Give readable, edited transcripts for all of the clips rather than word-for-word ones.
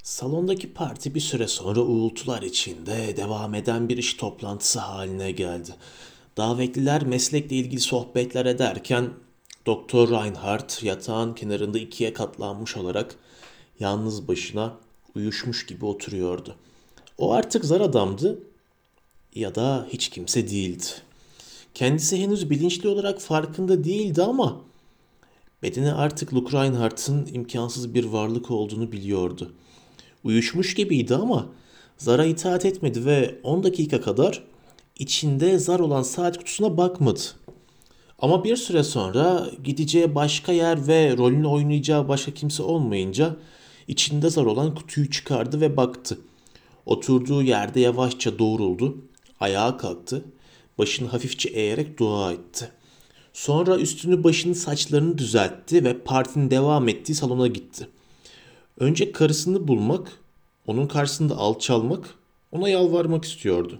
Salondaki parti bir süre sonra uğultular içinde devam eden bir iş toplantısı haline geldi. Davetliler meslekle ilgili sohbetler ederken Doktor Reinhardt yatağın kenarında ikiye katlanmış olarak yalnız başına uyuşmuş gibi oturuyordu. O artık zar adamdı ya da hiç kimse değildi. Kendisi henüz bilinçli olarak farkında değildi ama bedeni artık Luke Reinhardt'ın imkansız bir varlık olduğunu biliyordu. Uyuşmuş gibiydi ama zara itaat etmedi ve 10 dakika kadar içinde zar olan saat kutusuna bakmadı. Ama bir süre sonra gideceği başka yer ve rolünü oynayacağı başka kimse olmayınca içinde zar olan kutuyu çıkardı ve baktı. Oturduğu yerde yavaşça doğruldu, ayağa kalktı, başını hafifçe eğerek dua etti. Sonra üstünü başını saçlarını düzeltti ve partinin devam ettiği salona gitti. Önce karısını bulmak, onun karşısında alçalmak, ona yalvarmak istiyordu.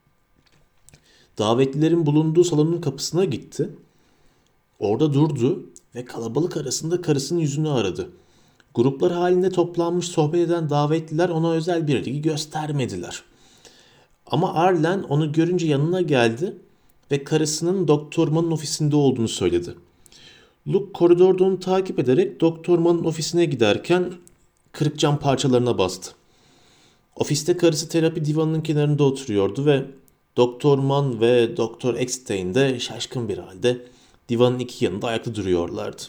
Davetlilerin bulunduğu salonun kapısına gitti. Orada durdu ve kalabalık arasında karısının yüzünü aradı. Gruplar halinde toplanmış sohbet eden davetliler ona özel bir ilgi göstermediler. Ama Arlen onu görünce yanına geldi ve karısının Doktor Mann'ın ofisinde olduğunu söyledi. Luke koridorda onu takip ederek Doktor Mann'ın ofisine giderken kırık cam parçalarına bastı. Ofiste karısı terapi divanının kenarında oturuyordu ve Doktor Mann ve Doktor Eckstein de şaşkın bir halde divanın iki yanında ayakta duruyorlardı.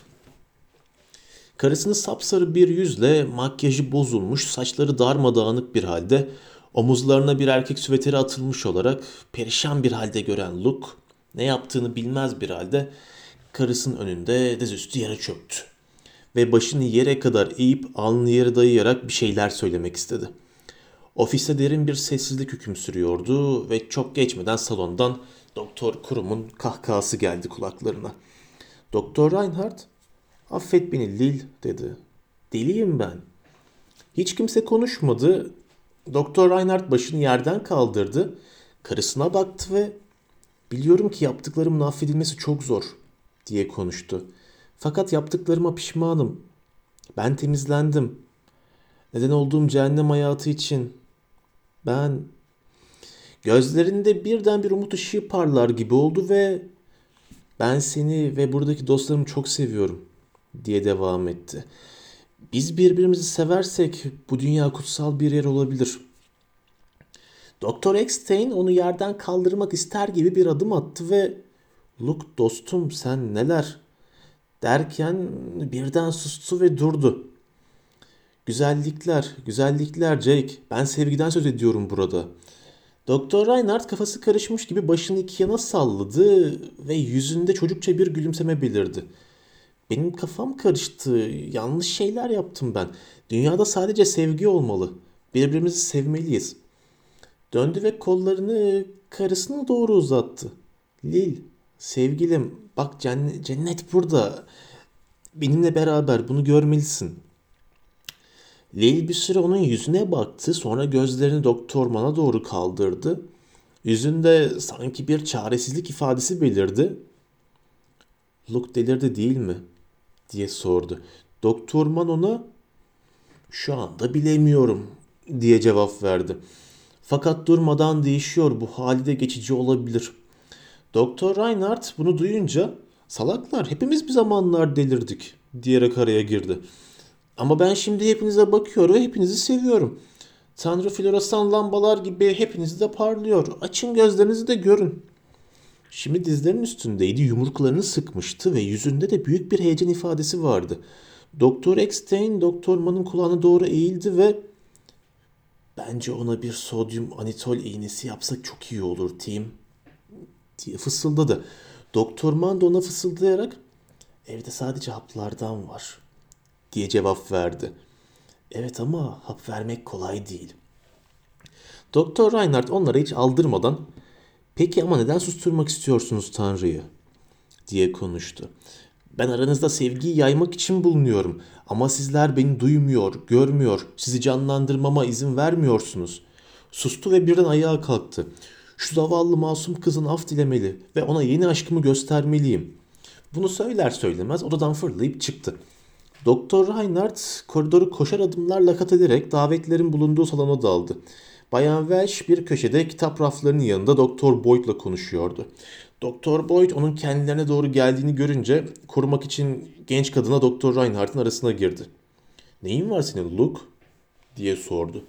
Karısını sapsarı bir yüzle, makyajı bozulmuş, saçları darmadağınık bir halde, omuzlarına bir erkek süveteri atılmış olarak perişan bir halde gören Luke, ne yaptığını bilmez bir halde karısının önünde dizüstü yere çöktü. Ve başını yere kadar eğip alnını yere dayayarak bir şeyler söylemek istedi. Ofiste derin bir sessizlik hüküm sürüyordu ve çok geçmeden salondan Doktor Kurum'un kahkahası geldi kulaklarına. Doktor Reinhardt, affet beni Lil dedi. Deliyim ben. Hiç kimse konuşmadı. Doktor Reinhardt başını yerden kaldırdı. Karısına baktı ve biliyorum ki yaptıklarımın affedilmesi çok zor diye konuştu. Fakat yaptıklarıma pişmanım. Ben temizlendim. Neden olduğum cehennem hayatı için ben gözlerinde birden bir umut ışığı parlar gibi oldu ve ben seni ve buradaki dostlarımı çok seviyorum diye devam etti. Biz birbirimizi seversek bu dünya kutsal bir yer olabilir. Doktor Eckstein onu yerden kaldırmak ister gibi bir adım attı ve Luke dostum sen neler derken birden sustu ve durdu. Güzellikler, güzellikler Jake. Ben sevgiden söz ediyorum burada. Doktor Reinhardt kafası karışmış gibi başını iki yana salladı ve yüzünde çocukça bir gülümseme belirdi. Benim kafam karıştı. Yanlış şeyler yaptım ben. Dünyada sadece sevgi olmalı. Birbirimizi sevmeliyiz. Döndü ve kollarını karısına doğru uzattı. Lil, sevgilim, bak cennet burada. Benimle beraber bunu görmelisin. Lil bir süre onun yüzüne baktı, sonra gözlerini Doktor Man'a doğru kaldırdı. Yüzünde sanki bir çaresizlik ifadesi belirdi. Luke delirdi değil mi? Diye sordu. Doktor Man ona şu anda bilemiyorum diye cevap verdi. Fakat durmadan değişiyor, bu hali de geçici olabilir. Doktor Reinhardt bunu duyunca salaklar hepimiz bir zamanlar delirdik diyerek araya girdi. Ama ben şimdi hepinize bakıyorum ve hepinizi seviyorum. Tanrı floresan lambalar gibi hepiniz de parlıyor. Açın gözlerinizi de görün. Şimdi dizlerinin üstündeydi, yumruklarını sıkmıştı ve yüzünde de büyük bir heyecan ifadesi vardı. Doktor Eckstein, Doktor Mann'ın kulağına doğru eğildi ve bence ona bir sodyum anitol iğnesi yapsak çok iyi olur Tim diye fısıldadı. Doktor Mann da ona fısıldayarak evde sadece haplardan var diye cevap verdi. Evet ama hap vermek kolay değil. Doktor Reinhardt onlara hiç aldırmadan peki ama neden susturmak istiyorsunuz Tanrı'yı diye konuştu. Ben aranızda sevgiyi yaymak için bulunuyorum ama sizler beni duymuyor, görmüyor, sizi canlandırmama izin vermiyorsunuz. Sustu ve birden ayağa kalktı. Şu zavallı masum kızın af dilemeli ve ona yeni aşkımı göstermeliyim. Bunu söyler söylemez odadan fırlayıp çıktı. Doktor Reinhardt koridoru koşar adımlarla kat ederek davetlerin bulunduğu salona daldı. Bayan Welsh bir köşede kitap raflarının yanında Doktor Boyd'la konuşuyordu. Doktor Boyd onun kendilerine doğru geldiğini görünce korumak için genç kadına Doktor Reinhardt'ın arasına girdi. "Neyin var senin Luke?" diye sordu.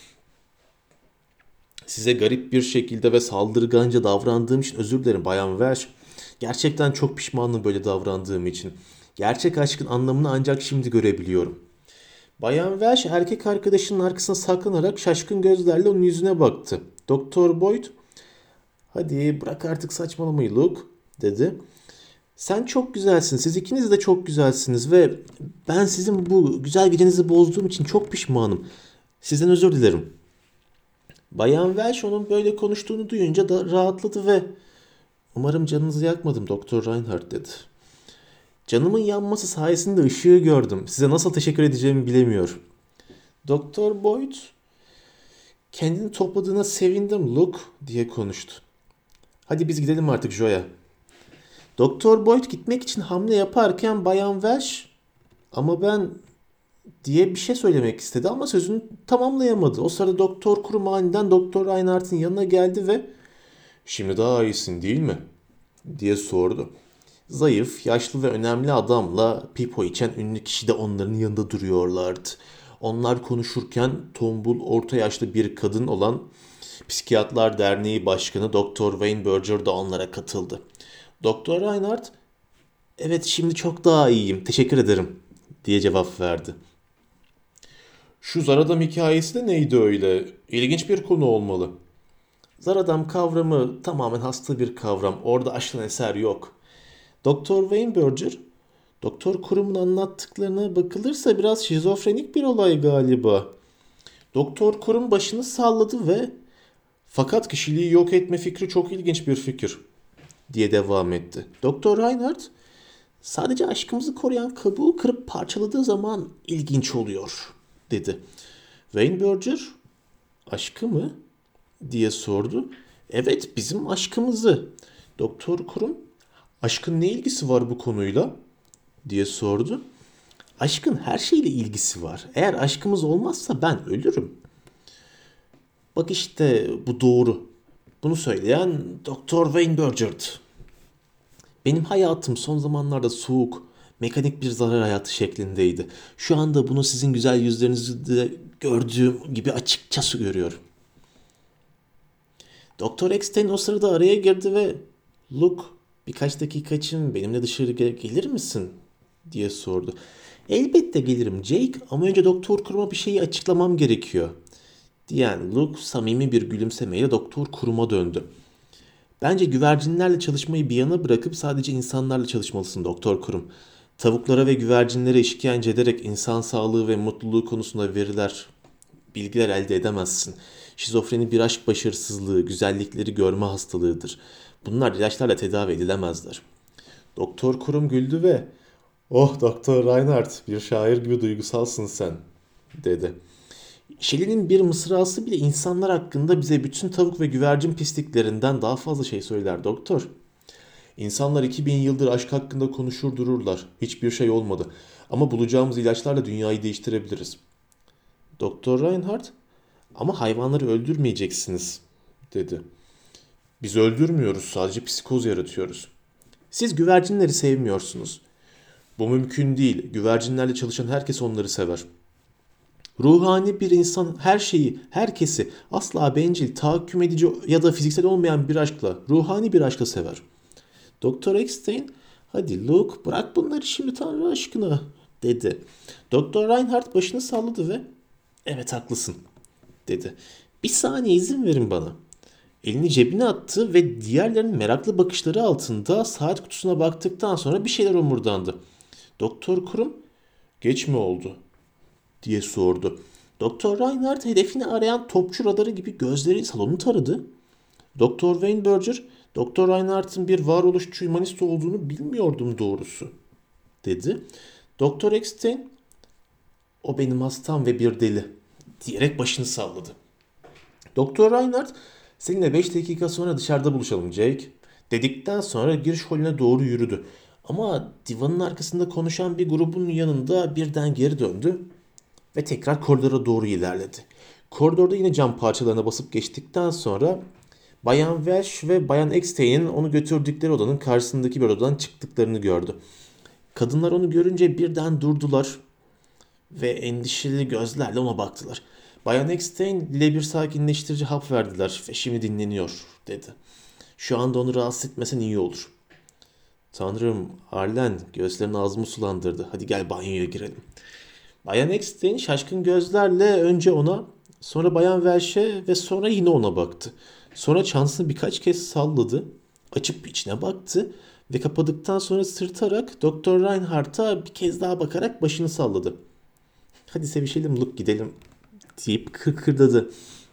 "Size garip bir şekilde ve saldırganca davrandığım için özür dilerim Bayan Welsh. Gerçekten çok pişmanım böyle davrandığım için. Gerçek aşkın anlamını ancak şimdi görebiliyorum." Bayan Welsh erkek arkadaşının arkasına saklanarak şaşkın gözlerle onun yüzüne baktı. Doktor Boyd, "Hadi bırak artık saçmalamayı Luke," dedi. "Sen çok güzelsin. Siz ikiniz de çok güzelsiniz ve ben sizin bu güzel gecenizi bozduğum için çok pişmanım. Sizden özür dilerim." Bayan Welsh onun böyle konuştuğunu duyunca da rahatladı ve "Umarım canınızı yakmadım Doktor Reinhardt," dedi. "Canımın yanması sayesinde ışığı gördüm. Size nasıl teşekkür edeceğimi bilemiyorum." Doktor Boyd, "Kendini topladığına sevindim Luke," diye konuştu. "Hadi biz gidelim artık Joya." Doktor Boyd gitmek için hamle yaparken Bayan Welsh, "Ama ben," diye bir şey söylemek istedi ama sözünü tamamlayamadı. O sırada Doktor Krum aniden Doktor Reinhardt'ın yanına geldi ve "Şimdi daha iyisin değil mi?" diye sordu. Zayıf, yaşlı ve önemli adamla pipo içen ünlü kişi de onların yanında duruyorlardı. Onlar konuşurken tombul, orta yaşlı bir kadın olan Psikiyatrlar Derneği Başkanı Doktor Wayne Berger de onlara katıldı. Doktor Reinhardt, "Evet şimdi çok daha iyiyim, teşekkür ederim," diye cevap verdi. "Şu zar adam hikayesi de neydi öyle? İlginç bir konu olmalı." Zar adam kavramı tamamen hasta bir kavram. Orada aşılan eser yok. Doktor Wayne Berger, "Doktor Kurum'un anlattıklarına bakılırsa biraz şizofrenik bir olay galiba." Doktor Kurum başını salladı ve "Fakat kişiliği yok etme fikri çok ilginç bir fikir," diye devam etti. Doktor Reinhardt, "Sadece aşkımızı koruyan kabuğu kırıp parçaladığı zaman ilginç oluyor," dedi. Wayne Berger, "Aşkı mı?" diye sordu. "Evet, bizim aşkımızı." Doktor Kurum, "Aşkın ne ilgisi var bu konuyla?" diye sordu. "Aşkın her şeyle ilgisi var. Eğer aşkımız olmazsa ben ölürüm." Bak işte bu doğru. Bunu söyleyen Doktor Wayne Berger'dı. Benim hayatım son zamanlarda soğuk, mekanik bir zarar hayatı şeklindeydi. Şu anda bunu sizin güzel yüzlerinizde gördüğüm gibi açıkça görüyorum. Doktor Eckstein o sırada araya girdi ve "Luke, birkaç dakika için benimle dışarı gelir misin?" diye sordu. "Elbette gelirim Jake ama önce Doktor Kurum'a bir şeyi açıklamam gerekiyor," diyen Luke samimi bir gülümsemeyle Doktor Kurum'a döndü. "Bence güvercinlerle çalışmayı bir yana bırakıp sadece insanlarla çalışmalısın Doktor Kurum. Tavuklara ve güvercinlere işkence ederek insan sağlığı ve mutluluğu konusunda bilgiler elde edemezsin. Şizofreni bir aşk başarısızlığı, güzellikleri görme hastalığıdır. Bunlar ilaçlarla tedavi edilemezler." Doktor Kurum güldü ve "Oh Doktor Reinhardt, bir şair gibi duygusalsın sen," dedi. "Shelley'nin bir mısrası bile insanlar hakkında bize bütün tavuk ve güvercin pisliklerinden daha fazla şey söyler doktor. İnsanlar 2000 yıldır aşk hakkında konuşur dururlar. Hiçbir şey olmadı. Ama bulacağımız ilaçlarla dünyayı değiştirebiliriz." Doktor Reinhardt, "Ama hayvanları öldürmeyeceksiniz," dedi. "Biz öldürmüyoruz, sadece psikoz yaratıyoruz." "Siz güvercinleri sevmiyorsunuz." "Bu mümkün değil. Güvercinlerle çalışan herkes onları sever." Ruhani bir insan her şeyi, herkesi asla bencil, tahakküm edici ya da fiziksel olmayan bir aşkla, ruhani bir aşkla sever. Doktor Eckstein, "Hadi Luke bırak bunları şimdi Tanrı aşkına," dedi. Doktor Reinhardt başını salladı ve "Evet haklısın," dedi. "Bir saniye izin verin bana." Elini cebine attı ve diğerlerinin meraklı bakışları altında saat kutusuna baktıktan sonra bir şeyler omurdandı. Doktor Kurum, "Geç mi oldu?" diye sordu. Doktor Reinhardt hedefini arayan topçu radarı gibi gözleri salonu taradı. Doktor Wayne Berger, "Doktor Reinhardt'ın bir varoluşçu humanist olduğunu bilmiyordum doğrusu," dedi. Doktor Eckstein, "O benim hastam ve bir deli," diyerek başını salladı. Doktor Reinhardt, "Seninle 5 dakika sonra dışarıda buluşalım Jake," dedikten sonra giriş holüne doğru yürüdü. Ama divanın arkasında konuşan bir grubun yanında birden geri döndü ve tekrar koridora doğru ilerledi. Koridorda yine cam parçalarına basıp geçtikten sonra Bayan Welsh ve Bayan Eckstein'in onu götürdükleri odanın karşısındaki bir odadan çıktıklarını gördü. Kadınlar onu görünce birden durdular ve endişeli gözlerle ona baktılar. Bayan Eckstein Lile bir sakinleştirici hap verdiler ve şimdi dinleniyor dedi. Şu anda onu rahatsız etmesen iyi olur. Tanrım, Arlen gözlerin ağzımı sulandırdı. Hadi gel banyoya girelim. Bayan Eckstein şaşkın gözlerle önce ona, sonra Bayan Welsh'e ve sonra yine ona baktı. Sonra çantasını birkaç kez salladı, açıp içine baktı ve kapadıktan sonra sırtarak Doktor Reinhardt'a bir kez daha bakarak başını salladı. Hadi sevişelim Luke gidelim deyip kıkırdadı.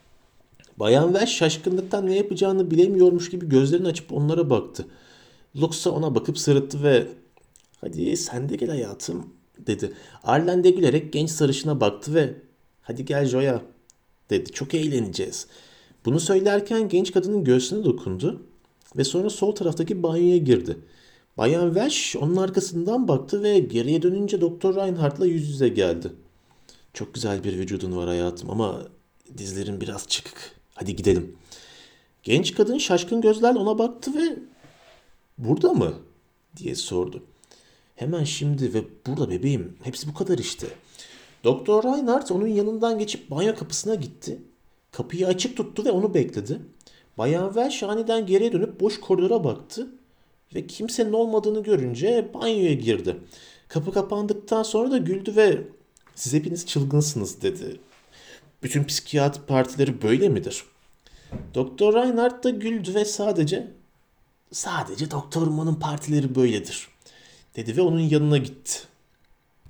Bayan Welsh şaşkınlıktan ne yapacağını bilemiyormuş gibi gözlerini açıp onlara baktı. Luke ise ona bakıp sırıttı ve hadi sen de gel hayatım dedi. Arlen de gülerek genç sarışına baktı ve hadi gel Joya dedi. Çok eğleneceğiz. Bunu söylerken genç kadının göğsüne dokundu ve sonra sol taraftaki banyoya girdi. Bayan Welsh onun arkasından baktı ve geriye dönünce Doktor Reinhardt'la yüz yüze geldi. Çok güzel bir vücudun var hayatım ama dizlerin biraz çıkık. Hadi gidelim. Genç kadın şaşkın gözlerle ona baktı ve burada mı diye sordu. Hemen şimdi ve burada bebeğim. Hepsi bu kadar işte. Doktor Reinhardt onun yanından geçip banyo kapısına gitti. Kapıyı açık tuttu ve onu bekledi. Bayan Welsh aniden geriye dönüp boş koridora baktı ve kimsenin olmadığını görünce banyoya girdi. Kapı kapandıktan sonra da güldü ve siz hepiniz çılgınsınız dedi. Bütün psikiyatri partileri böyle midir? Doktor Reinhardt da güldü ve sadece Doktor Mann'ın partileri böyledir dedi ve onun yanına gitti.